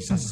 sassi,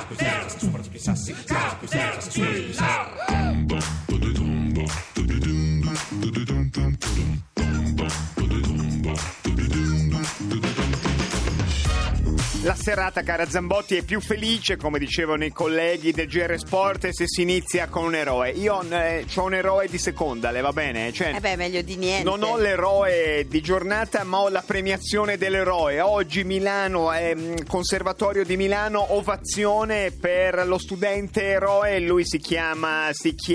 La serata, cara Zambotti, è più felice, come dicevano i colleghi del GR Sport, se si inizia con un eroe. Io ho un eroe di seconda, le va bene? Cioè, meglio di niente. Non ho l'eroe di giornata, ma ho la premiazione dell'eroe. Oggi Milano, Conservatorio di Milano, ovazione per lo studente eroe. Lui si chiama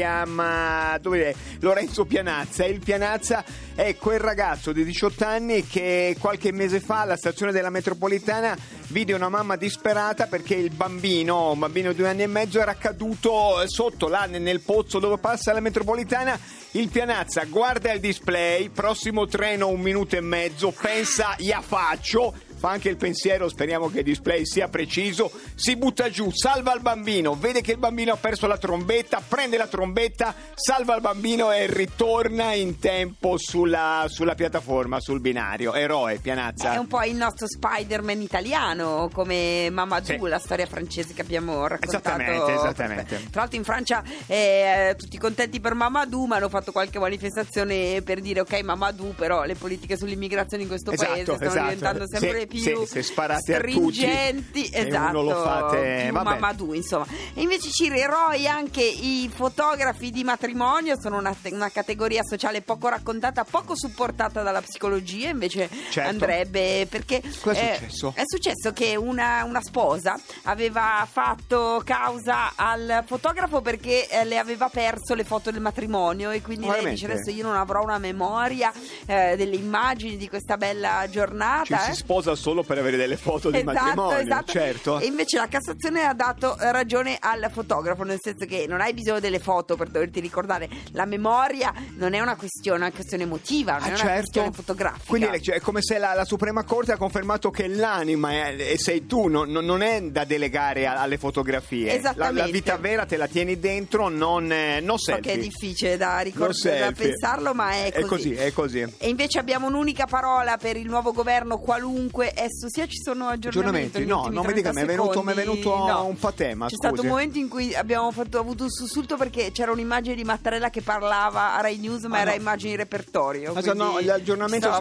dove è? Lorenzo Pianazza. Il Pianazza è quel ragazzo di 18 anni che qualche mese fa alla stazione della metropolitana vide una mamma disperata perché un bambino di 2 anni e mezzo era caduto sotto là nel pozzo dove passa la metropolitana. Il Pianazza guarda il display, prossimo treno 1 minuto e mezzo, pensa ya faccio, fa anche il pensiero, speriamo che il display sia preciso, si butta giù, salva il bambino, vede che il bambino ha perso la trombetta, prende la trombetta, salva il bambino e ritorna in tempo sulla piattaforma, sul binario. Eroe, Pianazza. È un po' il nostro Spider-Man italiano, come Mamadou, sì. La storia francese che abbiamo raccontato. Esattamente. Tra l'altro in Francia tutti contenti per Mamadou, ma hanno fatto qualche manifestazione per dire ok Mamadou, però le politiche sull'immigrazione in questo paese stanno diventando sempre più se sparate stringenti, a tutti, esatto, lo fate più Mamadou, insomma. E invece eroi, anche i fotografi di matrimonio sono una categoria sociale poco raccontata, poco supportata dalla psicologia, invece certo. Andrebbe, perché cosa è successo? È successo che una sposa aveva fatto causa al fotografo perché le aveva perso le foto del matrimonio, e quindi lei dice adesso io non avrò una memoria delle immagini di questa bella giornata. Si sposa solo per avere delle foto di matrimonio, esatto. Certo. E invece la Cassazione ha dato ragione al fotografo, nel senso che non hai bisogno delle foto per doverti ricordare. La memoria non è una questione emotiva, non è una questione fotografica. Quindi è come se la Suprema Corte ha confermato che l'anima sei tu, non è da delegare alle fotografie. Esattamente. La vita vera te la tieni dentro, non selfie. Perché è difficile da ricordare, da pensarlo, ma è così. È così. E invece abbiamo un'unica parola per il nuovo governo, qualunque esso sia. Ci sono aggiornamenti? No, non mi dica, mi è venuto un patema. C'è stato un momento in cui abbiamo avuto un sussulto perché c'era un'immagine di Mattarella che parlava a Rai News, ma era immagine repertorio. No, l'aggiornamento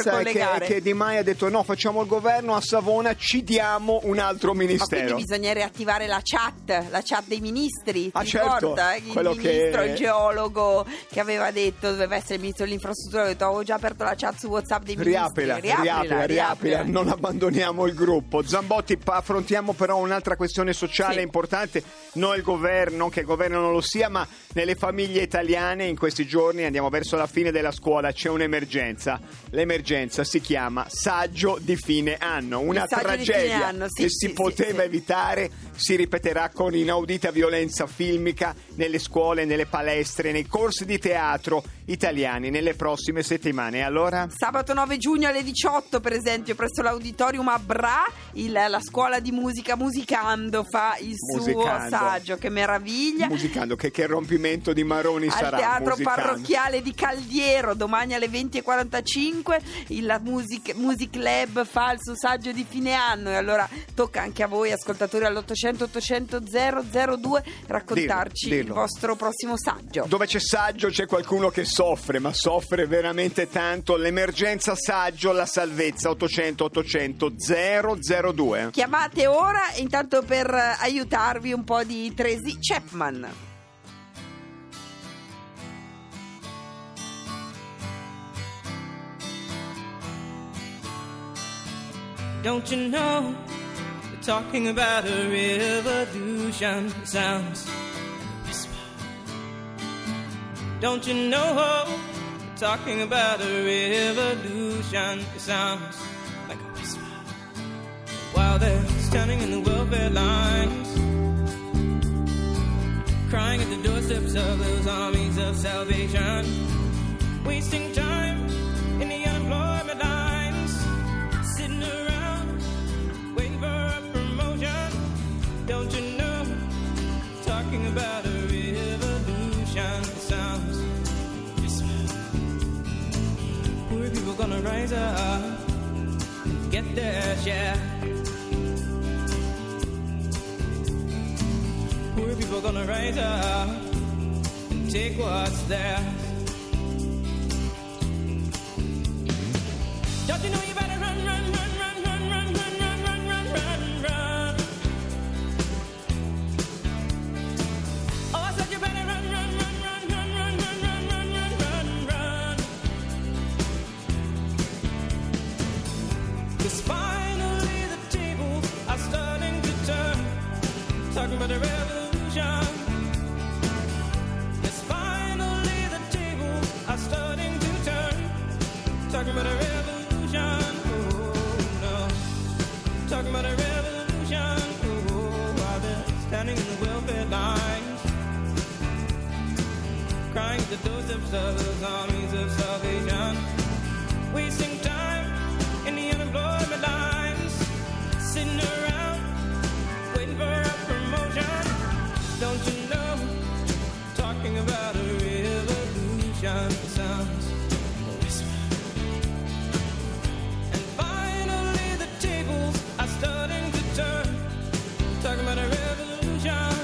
è che Di Maio ha detto no, facciamo il governo, a Savona ci diamo un altro ministero. Ma quindi bisogna riattivare la chat dei ministri. Ti certo, ricorda? Il geologo che aveva detto doveva essere il ministro dell'infrastruttura, ha detto avevo già aperto la chat su WhatsApp dei ministri. Riaprila, non abbandoniamo il gruppo. Zambotti, affrontiamo però un'altra questione sociale importante, non che il governo non lo sia, ma nelle famiglie italiane in questi giorni andiamo verso la fine della scuola, c'è un'emergenza. L'emergenza si chiama saggio di fine anno, una tragedia che si poteva evitare, si ripeterà con inaudita violenza filmica nelle scuole, nelle palestre, nei corsi di teatro italiani nelle prossime settimane. Allora? Sabato 9 giugno alle 18, per esempio, presso l'auditorium a Bra, la scuola di musica Musicando fa il suo saggio. Che meraviglia! Musicando, che rompimento di maroni sarà. Al teatro Musicando. parrocchiale di Caldiero domani alle 20:45 il Music Lab fa il suo saggio di fine anno, e allora tocca anche a voi ascoltatori all'800 800 002 raccontarci il vostro prossimo saggio. Dove c'è saggio c'è qualcuno che soffre, ma soffre veramente tanto. L'emergenza saggio, la salvezza. 800 800 002. Chiamate ora, intanto per aiutarvi un po' di Tracy Chapman. Don't you know, they're talking about a revolution. It sounds like a whisper. Don't you know, they're talking about a revolution. It sounds like a whisper. While they're standing in the welfare lines, crying at the doorsteps of those armies of salvation, wasting time in the unemployment lines, sitting around waiting for a promotion. Don't you know, talking about a revolution. It sounds whisper. Poor people gonna rise up, get their share. we're gonna rise up and take what's theirs. Don't you know you better run, run, run, run, run, run, run, run, run, run, run, run. Oh, I said you better run, run, run, run, run, run, run, run, run, run, run, run. 'Cause finally the tables are starting to turn. Talking about a revolution. Yes, finally the tables are starting to turn. Talking about a revolution. Oh no. Talking about a revolution. Oh, while they're standing in the welfare lines, crying at the doorsteps of those armies of salvation, wasting time in the unemployment lines, sitting around waiting for a promotion. Don't you know, talking about a revolution sounds a whisper. And finally the tables are starting to turn. Talking about a revolution.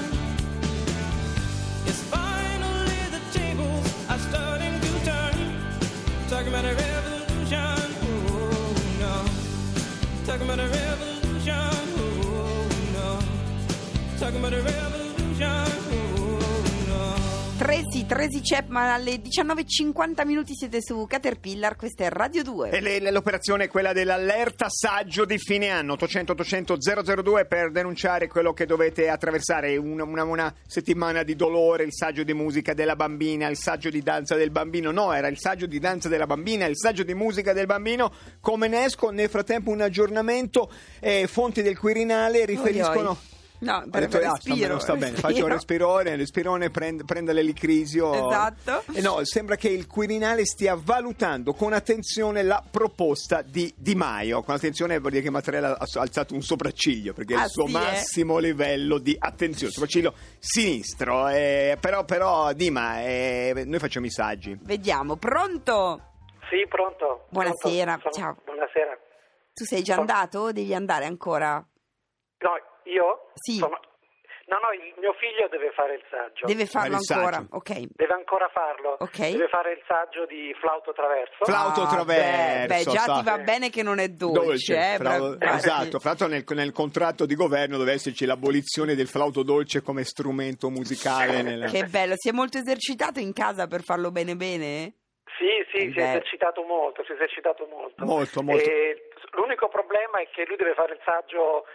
Yes, finally the tables are starting to turn. Talking about a revolution. Oh no. Talking about a revolution. Oh no. Talking about a revolution. Oh no. Tracy Chapman alle 19:50 siete su Caterpillar, questa è Radio 2. E l'operazione è quella dell'allerta saggio di fine anno, 800 002 per denunciare quello che dovete attraversare, una settimana di dolore, il saggio di musica della bambina, il saggio di danza del bambino, no, era il saggio di danza della bambina, il saggio di musica del bambino. Come ne esco? Nel frattempo un aggiornamento, fonti del Quirinale riferiscono... No, Ho detto, respiro, sta bene, faccio il respirone, prenda l'elicrisio. Esatto. No, sembra che il Quirinale stia valutando con attenzione la proposta di Di Maio. Con attenzione vuol dire che Mattarella ha alzato un sopracciglio, perché è il suo massimo livello di attenzione, sopracciglio sinistro. Però Dima, noi facciamo i saggi. Vediamo, pronto? Sì, pronto. Buonasera, Pronto. ciao. Buonasera. Tu sei già andato o devi andare ancora? No, io? Sì. No, il mio figlio deve fare il saggio. Deve farlo Fare il ancora, saggio. ok. Deve ancora farlo. Ok. Deve fare il saggio di flauto traverso. Flauto traverso. Beh, già sa. ti va bene che non è dolce. Esatto, fra l'altro nel contratto di governo deve esserci l'abolizione del flauto dolce come strumento musicale. Che bello, si è molto esercitato in casa per farlo bene bene? Sì, si è esercitato molto, Molto. E l'unico problema è che lui deve fare il saggio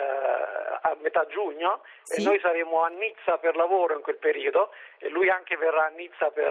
a metà giugno, sì. E noi saremo a Nizza per lavoro in quel periodo, e lui anche verrà a Nizza per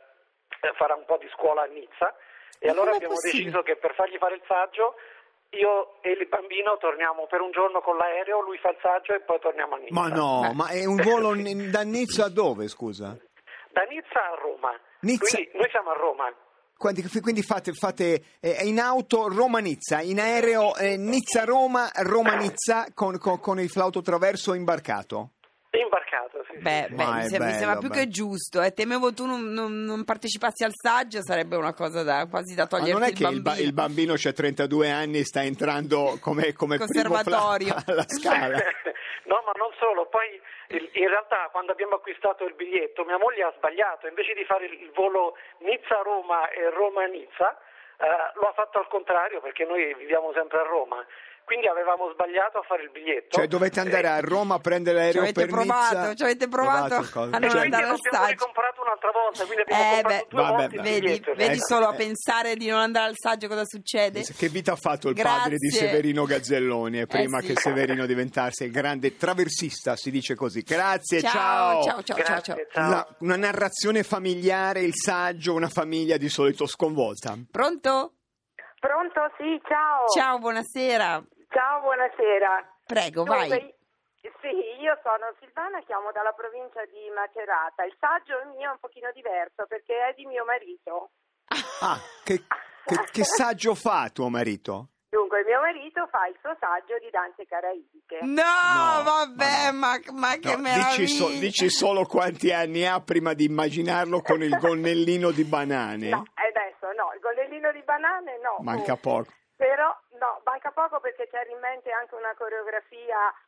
fare un po' di scuola a Nizza, e allora abbiamo deciso che per fargli fare il saggio io e il bambino torniamo per un giorno con l'aereo, lui fa il saggio e poi torniamo a Nizza. Ma no, ma è un volo da Nizza a dove, scusa? Da Nizza a Roma. Nizza... Quindi noi siamo a Roma. Quindi fate in auto Roma-Nizza, in aereo Nizza-Roma, Roma-Nizza con il flauto traverso imbarcato? Imbarcato, sì. Mi sembra più che giusto. Temevo tu non partecipassi al saggio, sarebbe una cosa quasi da toglierti il bambino. Ma non è che il bambino c'ha 32 anni e sta entrando come conservatorio alla scala. No, ma non solo, poi in realtà quando abbiamo acquistato il biglietto mia moglie ha sbagliato, invece di fare il volo Nizza-Roma e Roma-Nizza lo ha fatto al contrario, perché noi viviamo sempre a Roma. Quindi avevamo sbagliato a fare il biglietto. Cioè dovete andare a Roma a prendere l'aereo per Nizza. Ci avete provato a non andare al saggio. Abbiamo comprato un'altra volta, quindi abbiamo comprato due volte il biglietto. Vedi solo a pensare di non andare al saggio cosa succede. Che vita ha fatto il padre di Severino Gazzelloni prima che Severino diventasse il grande traversista, si dice così. Grazie, ciao. Una narrazione familiare, il saggio, una famiglia di solito sconvolta. Pronto? Pronto, sì, ciao. Ciao, buonasera. Ciao, buonasera. Prego, Dunque, vai. Sì, io sono Silvana, chiamo dalla provincia di Macerata. Il saggio mio è un pochino diverso perché è di mio marito. Ah, che saggio fa tuo marito? Dunque, mio marito fa il suo saggio di danze caraibiche. No, vabbè, ma che meraviglia. Dici solo quanti anni ha prima di immaginarlo con il gonnellino di banane. No, adesso no, il gonnellino di banane no. Manca poco. Però no, manca poco perché c'era in mente anche una coreografia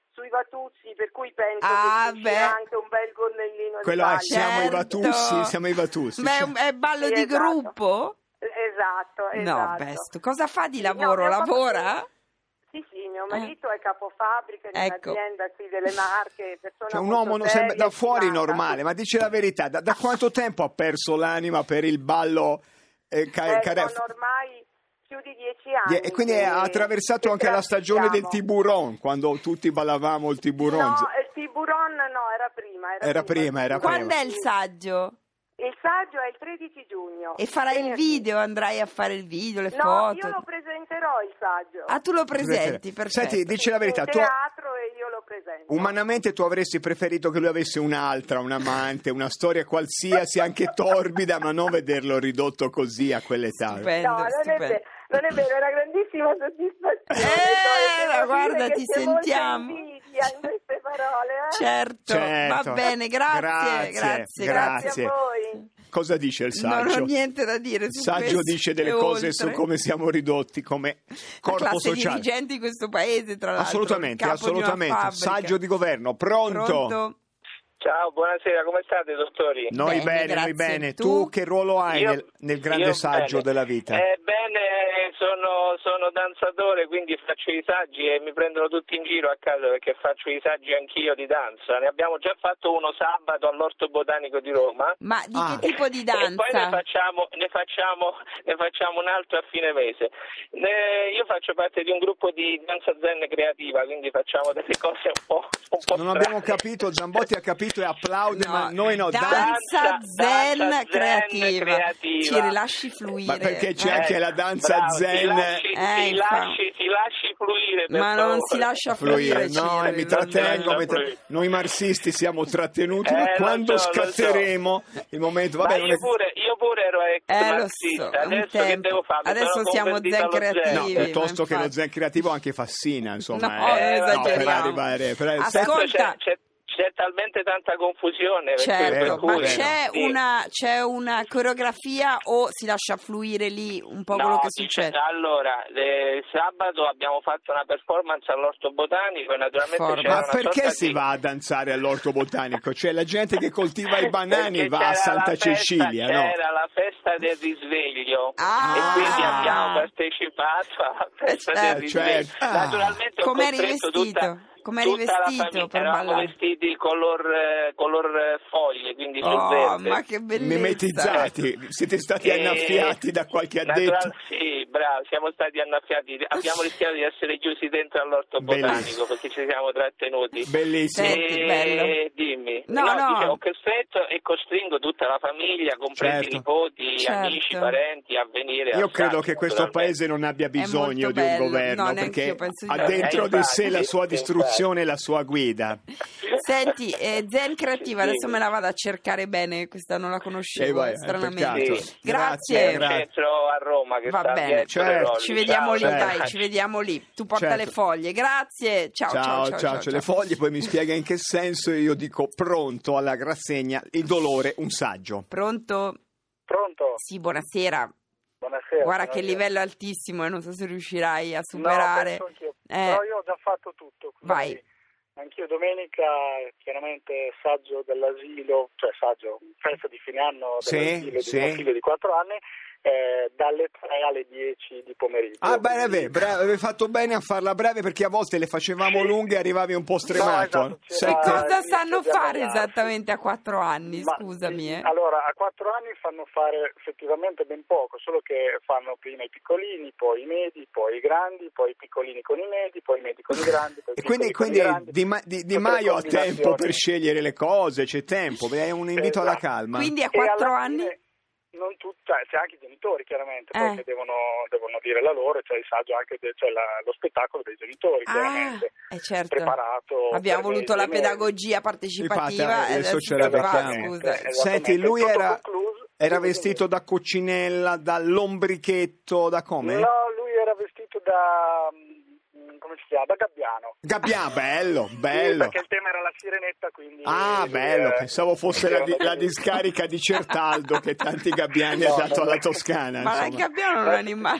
sui Vatuzzi, per cui penso Ah, che ci beh. sia anche un bel gonnellino di Quello ballo. siamo i Vatussi, siamo i Vatussi. Beh, è ballo Sì, di esatto. gruppo? Esatto. No, Besto. Cosa fa di Sì, no, lavoro? mio papà- Lavora? Sì, mio marito è capofabbrica in Ecco. un'azienda qui delle Marche, persona Cioè un molto uomo non seria, sembra, da fuori stimata. normale, ma dice la verità, da quanto tempo ha perso l'anima per il ballo? Sono ormai più di 10 anni. E quindi ha attraversato che anche la stagione del pratichiamo. tiburon, quando tutti ballavamo il tiburon. No, il tiburon no, era prima. Era prima. Quando è il saggio? Il saggio è il 13 giugno. E farai il Venerdì. video? Andrai a fare il video, le No, foto? io lo presenterò il saggio. Ah, tu lo presenti, perfetto. Senti, dici la verità, In tu teatro e io lo presento. umanamente tu avresti preferito che lui avesse un'altra, un amante, una storia qualsiasi, anche torbida, ma non vederlo ridotto così a quell'età. Stupendo, No, stupendo. non è vero, è una grandissima soddisfazione. Ma Devo guarda, dire che ti c'è molta sentiamo. invidia in queste parole. Certo, va Certo. bene, grazie. Grazie a voi. Cosa dice il saggio? Non ho niente da dire Il su saggio questo dice delle e cose oltre. su come siamo ridotti come La corpo classe sociale. dirigente di questo paese, tra l'altro. Assolutamente, il capo di una assolutamente. fabbrica. Saggio di governo, pronto? Ciao, buonasera, come state dottori? Noi Bene, bene, noi grazie. bene. Tu? Tu che ruolo hai Io- nel grande io saggio bene. della vita? Bene, sono danzatore, quindi faccio i saggi e mi prendono tutti in giro a casa perché faccio i saggi anch'io di danza. Ne abbiamo già fatto uno sabato all'Orto Botanico di Roma. Ma di Ah. che tipo di E poi danza? ne facciamo un altro a fine mese. Io faccio parte di un gruppo di danza zen creativa, quindi facciamo delle cose un po' Non abbiamo strane. capito, Zambotti ha capito e applaude, No, ma noi no. danza zen danza creativa. creativa. Ci rilasci fluire. Ma perché c'è anche la danza bravo, zen? Ti lasci fluire, per Ma non favore. si lascia fluire, No, Ciro, mi non trattengo, si lascia fluire. noi marxisti siamo trattenuti, ma lo quando so, lo so. scatteremo il momento, Ma vabbè, non è- io pure ero ex lo so, marxista, un adesso che tempo. devo fare? Mi Adesso sono siamo convertito zen allo zen. creativi. No, piuttosto ma che lo infatti. zen creativo anche Fassina, insomma. No, non esageriamo. per arrivare, Ascolta. C'è talmente tanta confusione. Certo, per ma cui- c'è una coreografia o si lascia fluire lì un po' quello No, che succede? Allora, sabato abbiamo fatto una performance all'Orto Botanico e naturalmente Forte. c'era Ma una perché sorta si di- va a danzare all'orto botanico? Cioè la gente che coltiva i banani Perché va a c'era Santa la festa- Cecilia, no? C'era la festa del risveglio Ah. e quindi abbiamo partecipato alla festa del risveglio. certo. Ah. Naturalmente ho Com'eri costretto vestito? Com'eri tutta la vestito famiglia. per Eravamo ballare? vestiti color foglie, quindi sul Oh, verde. ma che bellezza! Mimetizzati, siete stati E- annaffiati da qualche addetto? Sì, bravo, siamo stati annaffiati, abbiamo rischiato di essere chiusi dentro all'Orto Bellissimo. Botanico perché ci siamo trattenuti. Bellissimo. Senti, bello. Dimmi. No. Dicevo, ho costretto e costringo tutta la famiglia, compresi Certo. i nipoti, Certo. amici, parenti, a venire Io al credo saggio, che questo naturalmente. paese non abbia bisogno molto di un bello. governo No, neanche perché io penso di ha no. dentro di sé la sua Infatti. distruzione e la sua guida. Senti, zen creativa, adesso me la vado a cercare bene, questa non la conoscevo, vai, è stranamente. peccato. Sì. Grazie. C'è un centro a Roma che Va sta bene, dietro certo. le Rolli. Ci vediamo lì, Ciao, dai, ci vediamo lì. Tu porta Certo. le foglie, grazie. Ciao, Ciao, c'è le foglie, poi mi spiega in che senso e io dico pronto alla rassegna, il dolore, un saggio. Pronto? Pronto? Sì, buonasera. Buonasera. Guarda che il buonasera. livello è altissimo e non so se riuscirai a No, superare. penso anch'io. Eh. Però io ho già fatto tutto. quindi Vai. Anch'io domenica, chiaramente saggio dell'asilo, cioè saggio, festa di fine anno Sì, dell'asilo di sì. mio figlio di 4 anni, dalle 3 alle 10 di pomeriggio. Ah, bene, bravo, avevi fatto bene a farla breve perché a volte le facevamo lunghe e arrivavi un po' stremato. No, esatto, Che c'era- cosa inizio sanno di fare allenarsi. esattamente a 4 anni? Ma, Scusami, sì, eh. Allora, a 4 anni fanno fare effettivamente ben poco, solo che fanno prima i piccolini, poi i medi, poi i grandi, poi i piccolini con i medi, poi i medi con i grandi, poi i E quindi, piccoli con i grandi. Di Tutte le Maio ha combinazioni. tempo per scegliere le cose, c'è tempo, è un invito alla Esatto. calma. Quindi a E alla 4 fine anni? non cioè, c'è anche i genitori chiaramente, poi che devono dire la loro, c'è il saggio anche, c'è lo spettacolo dei genitori chiaramente, certo. preparato. Abbiamo per voluto la mesi e mesi. pedagogia partecipativa Infatti, e adesso ce si fa, l'abbiamo. scusa. Senti, lui Tutto era concluso. vestito da coccinella, da lombrichetto, da come? No, lui era vestito da come si chiama? Da Gabbiano. Gabbiano, bello, Sì, bello. perché il tema era la sirenetta, quindi Ah, lui, bello, pensavo fosse dicevano- la discarica di Certaldo che tanti gabbiani ha dato alla Toscana. Ma il insomma. gabbiano è un animale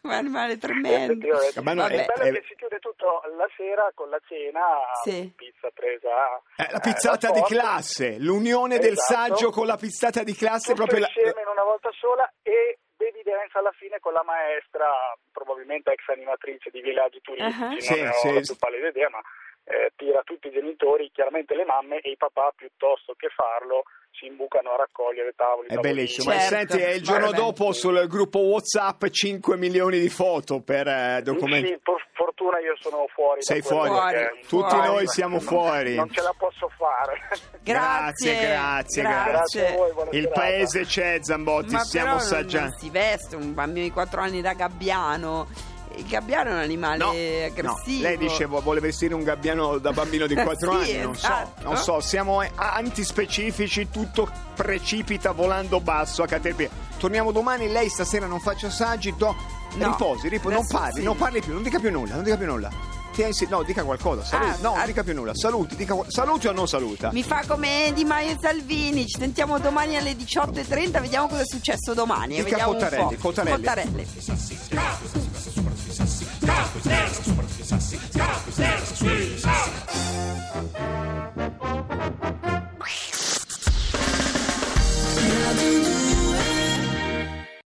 Un animale tremendo. Ma no, è bello che si chiude tutto la sera con la cena, Sì. pizza presa. la pizzata da di forte. classe, l'unione del Esatto. saggio con la pizzata di classe, Tutto proprio insieme in una volta sola, e evidenza alla fine con la maestra, probabilmente ex animatrice di villaggi turistici, non Sì, ne ho sì. la più pallida idea, ma tira tutti i genitori, chiaramente le mamme e i papà, piuttosto che farlo si imbucano a raccogliere tavoli. È tavolini. bellissimo. Certo. E senti, il giorno Vabbè. dopo sul gruppo WhatsApp 5 milioni di foto per documentare. Sì, per fortuna io sono fuori. Sei da quello fuori. perché- Tutti Fuori. noi siamo fuori. Non ce la posso fare. Grazie. Grazie a voi, buona Il serata. paese c'è, Zambotti, Ma stiamo però assaggiando. non si veste un bambino di 4 anni da gabbiano. Il gabbiano è un animale aggressivo. lei dice vuole vestire un gabbiano da bambino di 4 Sì, anni, esatto. non so, siamo antispecifici, tutto precipita volando basso a caterpillar. Torniamo domani, lei stasera non faccia assaggi, riposi, non adesso parli, sì. non parli più, non dica più nulla. No, dica qualcosa, saluti, non dica più nulla, saluti o non saluta? Mi fa come Di Maio e Salvini. Ci sentiamo domani alle 18:30. Vediamo cosa è successo domani. Dica Vediamo un po'. Cottarelli. Cottarelli.